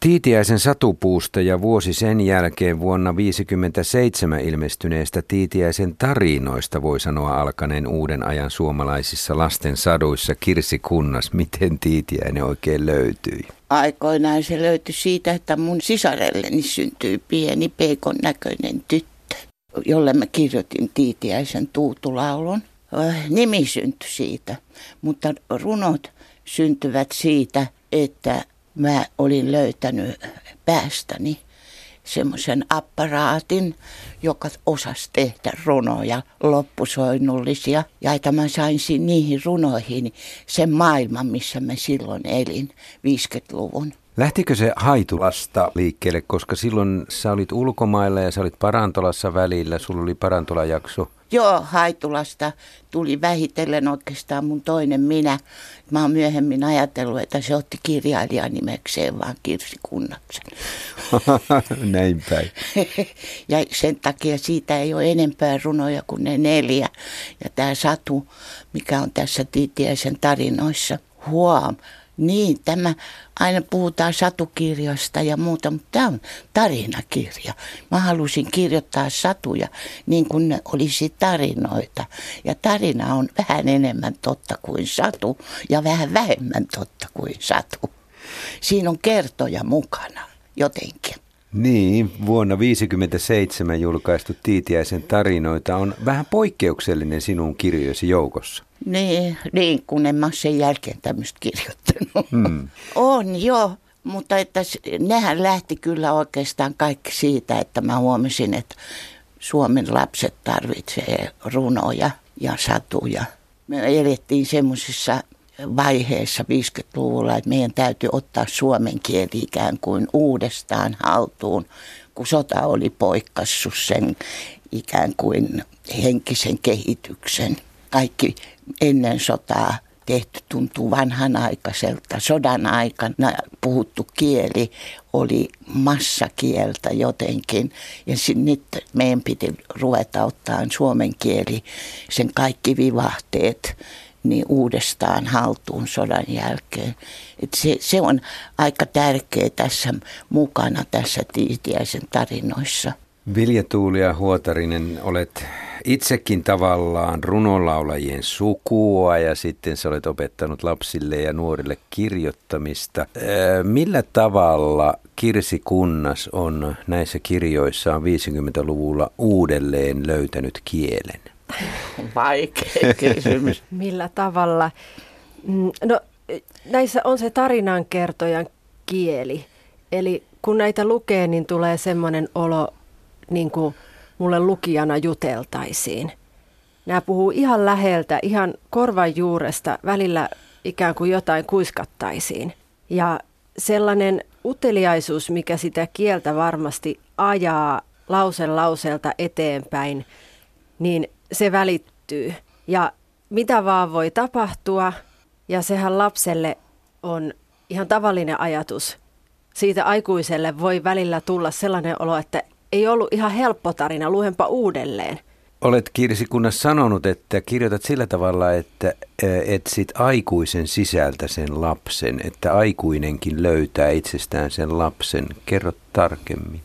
Tiitiäisen satupuusta ja vuosi sen jälkeen vuonna 1957 ilmestyneestä Tiitiäisen tarinoista voi sanoa alkaneen uuden ajan suomalaisissa lasten saduissa. Kirsi Kunnas, miten Tiitiäinen oikein löytyi? Aikoinaan se löytyi siitä, että mun sisarelleni syntyi pieni peikon näköinen tyttö, jolle mä kirjoitin Tiitiäisen tuutulaulun. Nimi syntyi siitä, mutta runot syntyvät siitä, että mä olin löytänyt päästäni semmoisen apparaatin, joka osasi tehdä runoja, loppusoinnullisia. Ja että mä sain niihin runoihin sen maailman, missä mä silloin elin, 50-luvun. Lähtikö se Haitulasta liikkeelle, koska silloin sä olit ulkomailla ja sä olit Parantolassa välillä, sulla oli Parantolajakso? Joo, Haitulasta tuli vähitellen oikeastaan mun toinen minä. Mä oon myöhemmin ajatellut, että se otti kirjailijan nimekseen vaan Kirsi Kunnaksen. Näin päin. Ja sen takia siitä ei ole enempää runoja kuin ne 4. Ja tämä Satu, mikä on tässä Tiitiäisen tarinoissa, niin, tämä aina puhutaan satukirjoista ja muuta, mutta tämä on tarinakirja. Mä halusin kirjoittaa satuja niin kuin ne olisi tarinoita. Ja tarina on vähän enemmän totta kuin satu ja vähän vähemmän totta kuin satu. Siinä on kertoja mukana jotenkin. Niin, vuonna 1957 julkaistu Tiitiäisen tarinoita on vähän poikkeuksellinen sinun kirjojesi joukossa. Niin, kun en mä ole sen jälkeen tämmöistä kirjoittanut. On joo, mutta että nehän lähti kyllä oikeastaan kaikki siitä, että mä huomasin, että Suomen lapset tarvitsee runoja ja satuja. Me elettiin semmoisessa vaiheessa 50-luvulla, että meidän täytyy ottaa suomen kieli ikään kuin uudestaan haltuun, kun sota oli poikkassut sen ikään kuin henkisen kehityksen. Kaikki ennen sotaa tehty tuntuu vanhanaikaiselta. Sodan aikana puhuttu kieli oli massakieltä jotenkin. Ja nyt meidän piti ruveta ottaa suomen kieli, sen kaikki vivahteet, niin uudestaan haltuun sodan jälkeen. Se on aika tärkeä tässä mukana tässä Tiitiäisen tarinoissa. Vilja Tuulia Huotarinen, olet itsekin tavallaan runolaulajien sukua ja sitten sä olet opettanut lapsille ja nuorille kirjoittamista. Millä tavalla Kirsi Kunnas on näissä kirjoissaan 50-luvulla uudelleen löytänyt kielen? Vaikea kysymys. Millä tavalla? No, näissä on se tarinankertojan kieli. Eli kun näitä lukee, niin tulee semmoinen olo, niin kuin mulle lukijana juteltaisiin. Nämä puhuu ihan läheltä, ihan korvan juuresta, välillä ikään kuin jotain kuiskattaisiin. Ja sellainen uteliaisuus, mikä sitä kieltä varmasti ajaa lause lauseelta eteenpäin, niin se välittyy. Ja mitä vaan voi tapahtua, ja sehän lapselle on ihan tavallinen ajatus. Siitä aikuiselle voi välillä tulla sellainen olo, että ei ollut ihan helppo tarina, luenpa uudelleen. Olet Kirsi Kunnas sanonut, että kirjoitat sillä tavalla, että etsit aikuisen sisältä sen lapsen, että aikuinenkin löytää itsestään sen lapsen. Kerro tarkemmin.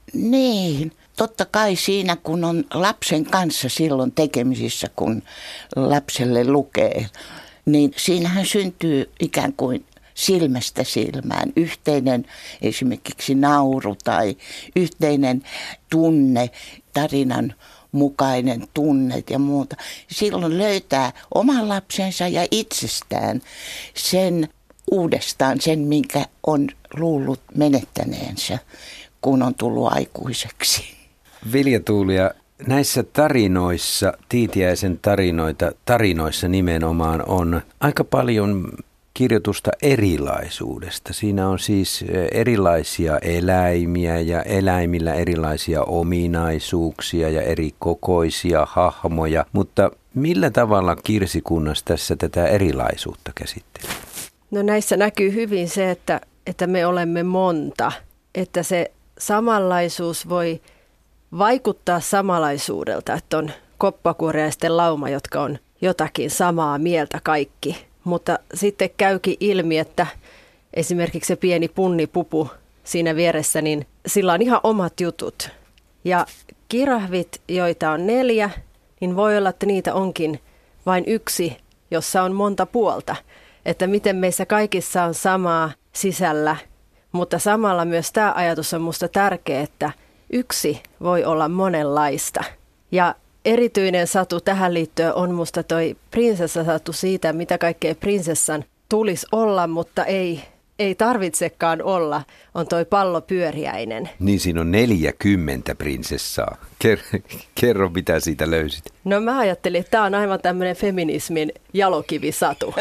Niin, totta kai siinä kun on lapsen kanssa silloin tekemisissä, kun lapselle lukee, niin siinähän syntyy ikään kuin silmästä silmään yhteinen esimerkiksi nauru tai yhteinen tunne, tarinan mukainen tunne ja muuta. Silloin löytää oman lapsensa ja itsestään sen uudestaan, sen minkä on luullut menettäneensä, kun on tullut aikuiseksi. Vilja Tuulia, näissä tarinoissa, Tiitiäisen tarinoissa nimenomaan on aika paljon kirjoitusta erilaisuudesta. Siinä on siis erilaisia eläimiä ja eläimillä erilaisia ominaisuuksia ja eri kokoisia hahmoja. Mutta millä tavalla Kirsi Kunnas tässä tätä erilaisuutta käsittelee? No näissä näkyy hyvin se, että me olemme monta. Että se samanlaisuus voi vaikuttaa samanlaisuudelta, että on koppakuoriaisten lauma, jotka on jotakin samaa mieltä kaikki. Mutta sitten käykin ilmi, että esimerkiksi se pieni punnipupu siinä vieressä, niin sillä on ihan omat jutut. Ja kirahvit, joita on 4, niin voi olla, että niitä onkin vain yksi, jossa on monta puolta. Että miten meissä kaikissa on samaa sisällä, mutta samalla myös tämä ajatus on musta tärkeä, että yksi voi olla monenlaista. Ja erityinen satu tähän liittyen on musta toi prinsessasatu siitä, mitä kaikkea prinsessan tulisi olla, mutta ei tarvitsekaan olla, on toi pallopyöriäinen. Niin siinä on 40 prinsessaa. Kerro, mitä siitä löysit. No mä ajattelin, että tämä on aivan tämmöinen feminismin jalokivisatu.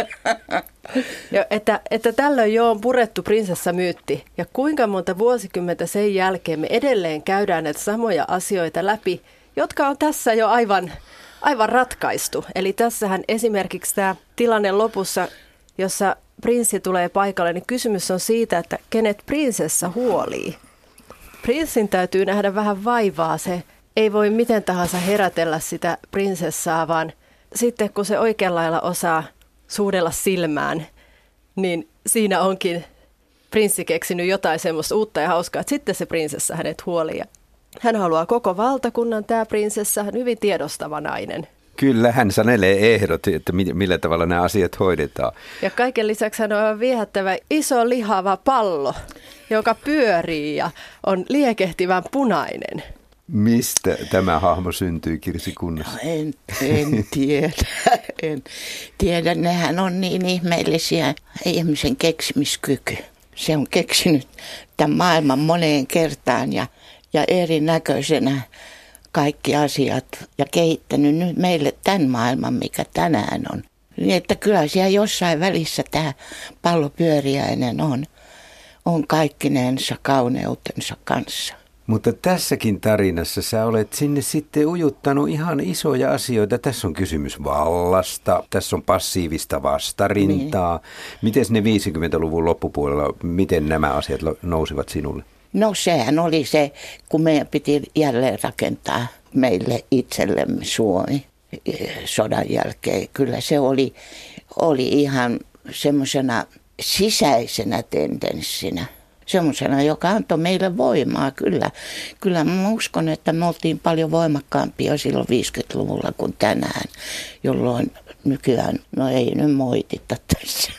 Ja että tällöin jo on purettu prinsessamyytti. Ja kuinka monta vuosikymmentä sen jälkeen me edelleen käydään näitä samoja asioita läpi, jotka on tässä jo aivan ratkaistu. Eli tässähän esimerkiksi tämä tilanne lopussa, jossa prinssi tulee paikalle, niin kysymys on siitä, että kenet prinsessa huolii. Prinssin täytyy nähdä vähän vaivaa. Se ei voi miten tahansa herätellä sitä prinsessaa, vaan sitten kun se oikealla lailla osaa suudella silmään, niin siinä onkin prinssi keksinyt jotain semmoista uutta ja hauskaa, että sitten se prinsessa hänet huolii. Hän haluaa koko valtakunnan, tämä prinsessa, hän on hyvin tiedostava nainen. Kyllä, hän sanelee ehdot, että millä tavalla nämä asiat hoidetaan. Ja kaiken lisäksi hän on viehättävä iso lihava pallo, joka pyörii ja on liekehtivän punainen. Mistä tämä hahmo syntyi Kirsikunnassa? No, en tiedä. En tiedä. Nehän on niin ihmeellisiä, ihmisen keksimiskyky. Se on keksinyt tämän maailman moneen kertaan ja erinäköisenä kaikki asiat ja kehittänyt nyt meille tämän maailman, mikä tänään on. Niin että kyllä siellä jossain välissä tämä pallopyöriäinen on kaikkinensa kauneutensa kanssa. Mutta tässäkin tarinassa sä olet sinne sitten ujuttanut ihan isoja asioita. Tässä on kysymys vallasta, tässä on passiivista vastarintaa. Niin. Miten ne 50-luvun loppupuolella, miten nämä asiat nousivat sinulle? No sehän oli se, kun meidän piti jälleen rakentaa meille itsellemme Suomi sodan jälkeen. Kyllä se oli ihan semmoisena sisäisenä tendenssinä. Semmoisena, joka antoi meille voimaa, kyllä. Kyllä mä uskon, että me oltiin paljon voimakkaampia silloin 50-luvulla kuin tänään, jolloin nykyään, no ei nyt moitita tässä.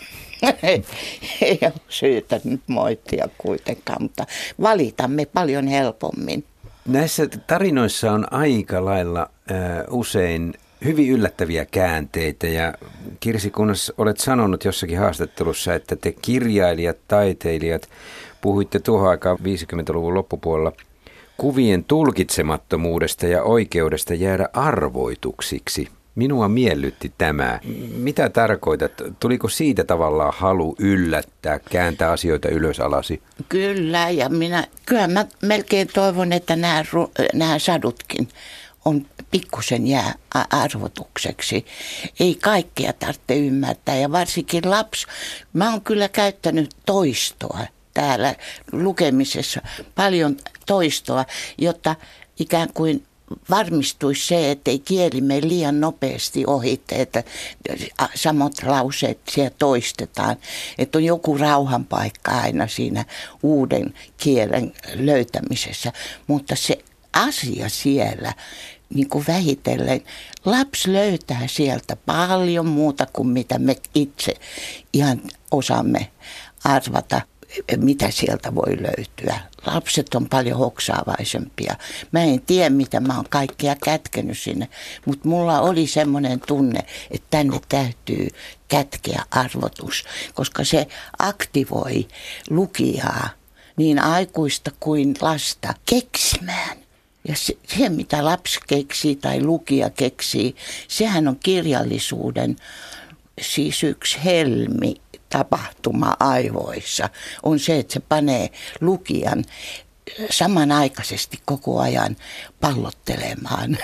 Ei ole syytä nyt moittia kuitenkaan, mutta valitamme paljon helpommin. Näissä tarinoissa on aika lailla usein hyvin yllättäviä käänteitä ja Kirsikunnassa olet sanonut jossakin haastattelussa, että te kirjailijat, taiteilijat puhuitte tuohon aikaan 50-luvun loppupuolella kuvien tulkitsemattomuudesta ja oikeudesta jäädä arvoituksiksi. Minua miellytti tämä. Mitä tarkoitat? Tuliko siitä tavallaan halu yllättää, kääntää asioita ylös alasi? Kyllä, ja kyllä mä melkein toivon, että nämä sadutkin on pikkusen jää arvotukseksi. Ei kaikkea tarvitse ymmärtää, ja varsinkin lapsi. Mä oon kyllä käyttänyt toistoa täällä lukemisessa, paljon toistoa, jotta ikään kuin varmistuisi se, ettei kieli mene liian nopeasti ohitte, että samat lauseet siellä toistetaan, että on joku rauhan paikka aina siinä uuden kielen löytämisessä, mutta se asia siellä, niin kuin vähitellen, lapsi löytää sieltä paljon muuta kuin mitä me itse ihan osaamme arvata, mitä sieltä voi löytyä. Lapset on paljon hoksaavaisempia. Mä en tiedä, mitä mä oon kaikkea kätkenyt sinne, mutta mulla oli semmoinen tunne, että tänne täytyy kätkeä arvotus, koska se aktivoi lukijaa, niin aikuista kuin lasta, keksimään. Ja se, mitä lapsi keksii tai lukija keksii, sehän on kirjallisuuden siis yksi helmi. Tapahtuma aivoissa on se, että se panee lukijan samanaikaisesti koko ajan pallottelemaan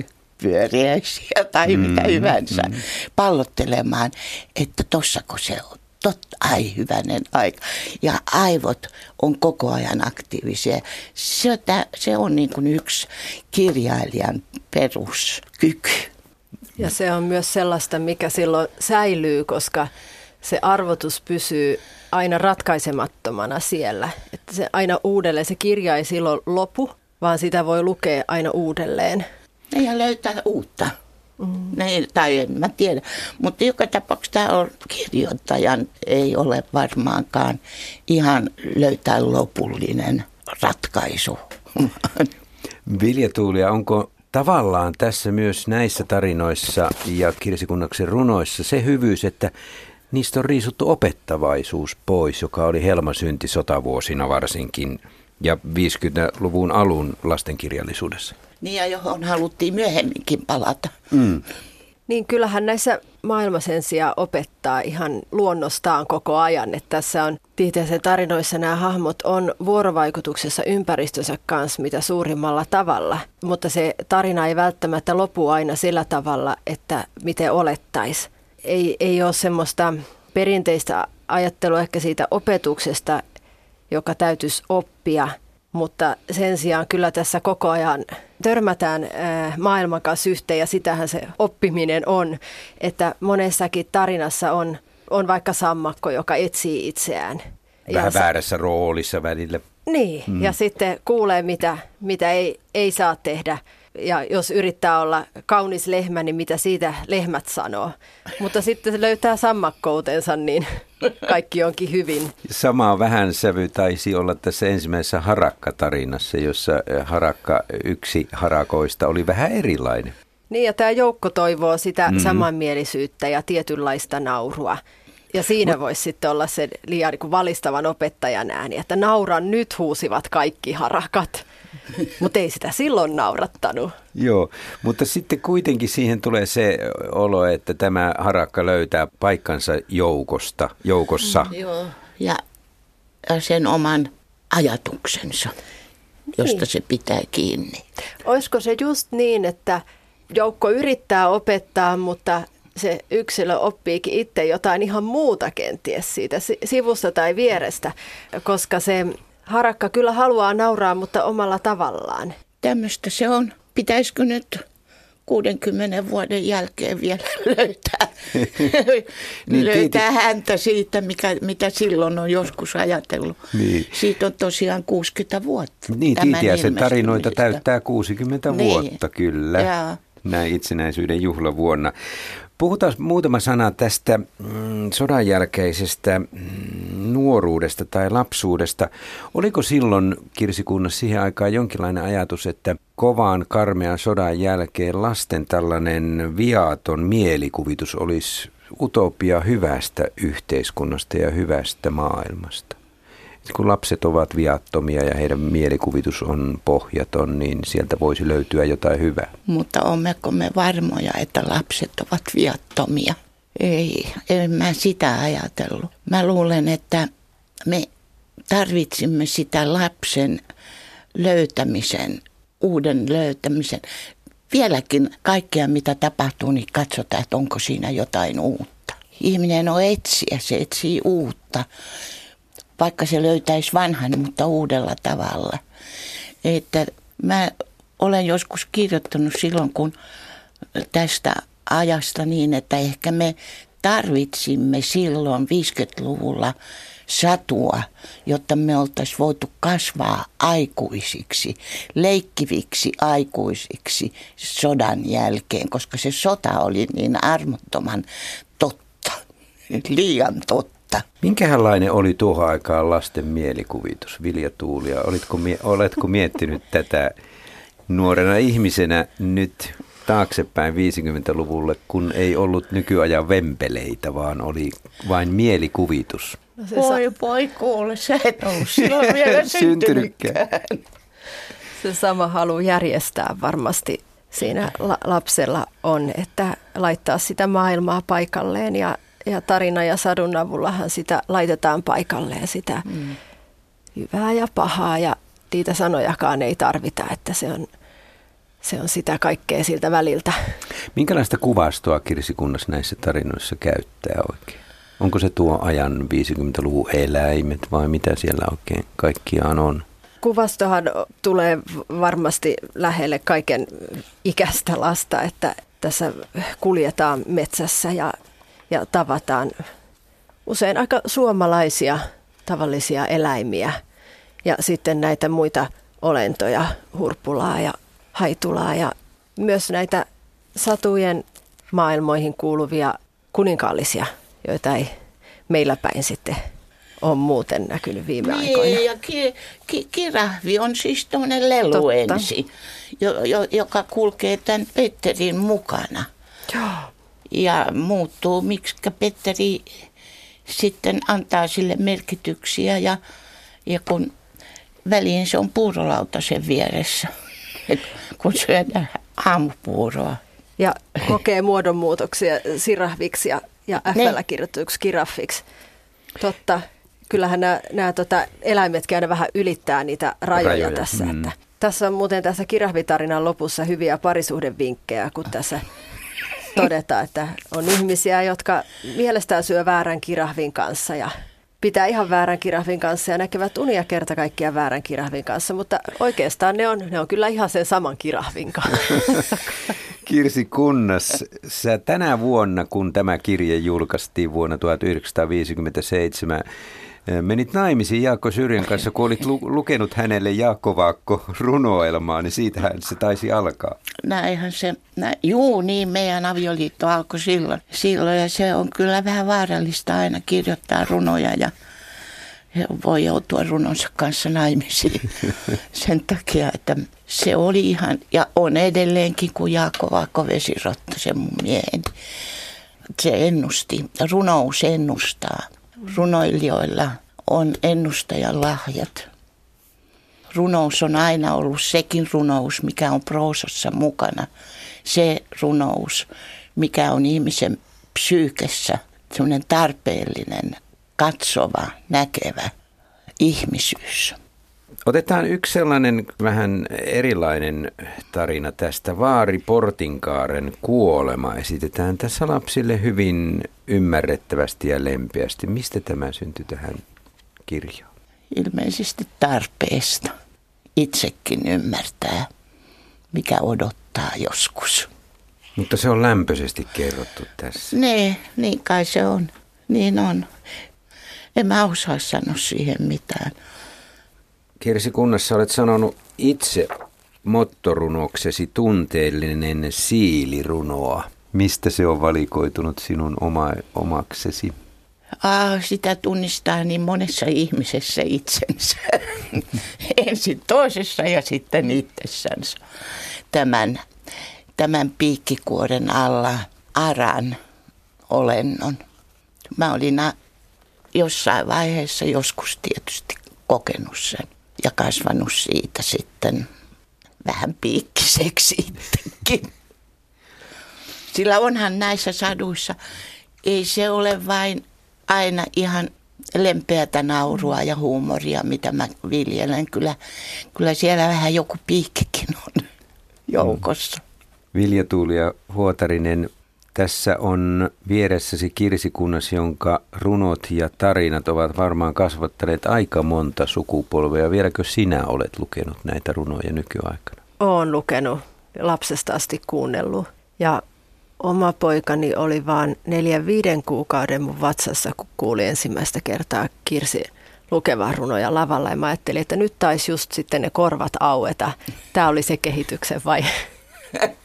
pyöriäisiä tai mitä hyvänsä, pallottelemaan, että tossako se on. Totta, ai hyvänen aika. Ja aivot on koko ajan aktiivisia. Se on niin kuin yksi kirjailijan peruskyky. Ja se on myös sellaista, mikä silloin säilyy, koska se arvotus pysyy aina ratkaisemattomana siellä. Että se aina uudelleen, se kirja ei silloin lopu, vaan sitä voi lukea aina uudelleen. Ja löytää uutta. Tai en mä tiedä. Mutta joka tapauksessa tämä on kirjoittajan, ei ole varmaankaan ihan löytää lopullinen ratkaisu. Vilja Tuulia, onko tavallaan tässä myös näissä tarinoissa ja Kirsi Kunnaksen runoissa se hyvyys, että niistä on riisuttu opettavaisuus pois, joka oli helmasynti sotavuosina varsinkin ja 50-luvun alun lastenkirjallisuudessa? Niin ja johon haluttiin myöhemminkin palata. Niin kyllähän näissä maailmasensia opettaa ihan luonnostaan koko ajan. Että tässä on Tiitisen tarinoissa nämä hahmot on vuorovaikutuksessa ympäristönsä kanssa mitä suurimmalla tavalla. Mutta se tarina ei välttämättä lopu aina sillä tavalla, että miten olettaisi. Ei ole semmoista perinteistä ajattelua ehkä siitä opetuksesta, joka täytyisi oppia. Mutta sen sijaan kyllä tässä koko ajan törmätään maailman kanssa yhteen ja sitähän se oppiminen on. Että monessakin tarinassa on vaikka sammakko, joka etsii itseään. Vähän väärässä roolissa välillä. Niin, ja sitten kuulee mitä ei saa tehdä. Ja jos yrittää olla kaunis lehmä, niin mitä siitä lehmät sanoo. Mutta sitten se löytää sammakkoutensa, niin kaikki onkin hyvin. Sama vähän sävy taisi olla tässä ensimmäisessä Harakka-tarinassa, jossa Harakka, yksi harakoista, oli vähän erilainen. Niin, ja tämä joukko toivoo sitä samanmielisyyttä ja tietynlaista naurua. Ja siinä voisi sitten olla se liian valistavan opettajan ääni, että nauran nyt, huusivat kaikki harakat. Mutta ei sitä silloin naurattanut. Joo, mutta sitten kuitenkin siihen tulee se olo, että tämä harakka löytää paikkansa joukossa. Joo, ja sen oman ajatuksensa, josta se pitää kiinni. Olisiko se just niin, että joukko yrittää opettaa, mutta se yksilö oppiikin itse jotain ihan muuta kenties siitä sivusta tai vierestä, koska se harakka kyllä haluaa nauraa, mutta omalla tavallaan. Tämmöistä se on. Pitäisikö nyt 60 vuoden jälkeen vielä löytää häntä siitä, mitä silloin on joskus ajatellut. Niin. Siitä on tosiaan 60 vuotta. Niin, Tiitiäisen tarinoita täyttää 60 vuotta kyllä. Jaa. Näin itsenäisyyden juhlavuonna. Puhutaan muutama sana tästä sodan jälkeisestä nuoruudesta tai lapsuudesta. Oliko silloin Kirsi Kunnas siihen aikaan jonkinlainen ajatus, että kovan karmean sodan jälkeen lasten tällainen viaton mielikuvitus olisi utopia hyvästä yhteiskunnasta ja hyvästä maailmasta? Kun lapset ovat viattomia ja heidän mielikuvitus on pohjaton, niin sieltä voisi löytyä jotain hyvää. Mutta olemmeko me varmoja, että lapset ovat viattomia? Ei, en mä sitä ajatellut. Mä luulen, että me tarvitsimme sitä lapsen löytämisen, uuden löytämisen. Vieläkin kaikkea mitä tapahtuu, niin katsotaan, että onko siinä jotain uutta. Ihminen on etsiä, se etsii uutta. Vaikka se löytäisi vanhan, mutta uudella tavalla. Että mä olen joskus kirjoittanut silloin, kun tästä ajasta niin, että ehkä me tarvitsimme silloin 50-luvulla satua, jotta me oltaisiin voitu kasvaa aikuisiksi, leikkiviksi aikuisiksi sodan jälkeen, koska se sota oli niin armottoman totta, liian totta. Minkälainen oli tuohon aikaan lasten mielikuvitus, Vilja Tuulia? Oletko miettinyt tätä nuorena ihmisenä nyt taaksepäin 50-luvulle, kun ei ollut nykyajan vempeleitä, vaan oli vain mielikuvitus? No voi kuule, sä et ollut silloin vielä syntynytkään. Se sama halu järjestää varmasti siinä lapsella on, että laittaa sitä maailmaa paikalleen ja tarina ja sadun avullahan sitä laitetaan paikalleen, sitä hyvää ja pahaa ja niitä sanojakaan ei tarvita, että se on sitä kaikkea siltä väliltä. Minkälaista kuvastoa Kirsi Kunnas näissä tarinoissa käyttää oikein? Onko se tuo ajan 50-luvun eläimet vai mitä siellä oikein kaikkiaan on? Kuvastohan tulee varmasti lähelle kaiken ikäistä lasta, että tässä kuljetaan metsässä ja tavataan usein aika suomalaisia tavallisia eläimiä ja sitten näitä muita olentoja, hurpulaa ja haitulaa ja myös näitä satujen maailmoihin kuuluvia kuninkaallisia, joita ei meillä päin sitten ole muuten näkynyt viime aikoina. Ja kirahvi on siis tuommoinen leluensi, joka kulkee tämän Petterin mukana. Joo. Ja muuttuu, miksi Petteri sitten antaa sille merkityksiä ja kun väliin se on puurolautasen vieressä, kun syödään aamupuuroa. Ja kokee muodonmuutoksia sirahviksi ja F:llä kirjoitetuksi kiraffiksi. Totta. Kyllähän nämä eläimetkin aina vähän ylittää niitä rajoja. Tässä. Että tässä on muuten tässä kirahvitarinan lopussa hyviä parisuhdevinkkejä, kun tässä todetaan, että on ihmisiä, jotka mielestään syö väärän kirahvin kanssa ja pitää ihan väärän kirahvin kanssa ja näkevät unia kerta kaikkiaan väärän kirahvin kanssa, mutta oikeastaan ne on kyllä ihan sen saman kirahvin kanssa. Kirsi Kunnas, sä tänä vuonna, kun tämä kirje julkaistiin vuonna 1957, menit naimisiin Jaakko Syrjän kanssa, kun olit lukenut hänelle Jaakko Vaakko runoelmaa, niin siitähän se taisi alkaa. Näinhän se, niin meidän avioliitto alkoi silloin ja se on kyllä vähän vaarallista aina kirjoittaa runoja ja voi joutua runonsa kanssa naimisiin sen takia, että se oli ihan, ja on edelleenkin, kun Jaakko Vaakko Vesirotta, se mun mieheni, se ennusti, runous ennustaa. Runoilijoilla on ennustajan lahjat. Runous on aina ollut sekin runous, mikä on proosassa mukana. Se runous, mikä on ihmisen psyykessä, semmoinen tarpeellinen, katsova, näkevä ihmisyys. Otetaan yksi sellainen vähän erilainen tarina tästä. Vaari Portinkaaren kuolema esitetään tässä lapsille hyvin ymmärrettävästi ja lempeästi. Mistä tämä syntyi tähän kirjaan? Ilmeisesti tarpeesta. Itsekin ymmärtää, mikä odottaa joskus. Mutta se on lämpöisesti kerrottu tässä. Niin kai se on. Niin on. En mä osaa sanoa siihen mitään. Kirsi Kunnas, olet sanonut itse mottorunoksesi tunteellinen siilirunoa. Mistä se on valikoitunut sinun omaksesi? Sitä tunnistaa niin monessa ihmisessä itsensä. Ensin toisessa ja sitten itsessänsä. Tämän piikkikuoren alla aran olennon. Mä olin jossain vaiheessa joskus tietysti kokenut sen ja kasvanut siitä sitten vähän piikkiseksi itsekin. Sillä onhan näissä saduissa, ei se ole vain aina ihan lempeätä naurua ja huumoria, mitä mä viljelen. Kyllä siellä vähän joku piikkikin on joukossa. Vilja Tuulia Huotarinen, tässä on vieressäsi Kirsi Kunnas, jonka runot ja tarinat ovat varmaan kasvattaneet aika monta sukupolvea. Vieläkö sinä olet lukenut näitä runoja nykyaikana? Olen lukenut, lapsesta asti kuunnellut. Ja oma poikani oli vaan 4-5 kuukauden mun vatsassa, kun kuuli ensimmäistä kertaa Kirsi lukevan runoja lavalla. Ja mä ajattelin, että nyt taisi just sitten ne korvat aueta. Tämä oli se kehityksen vaihe.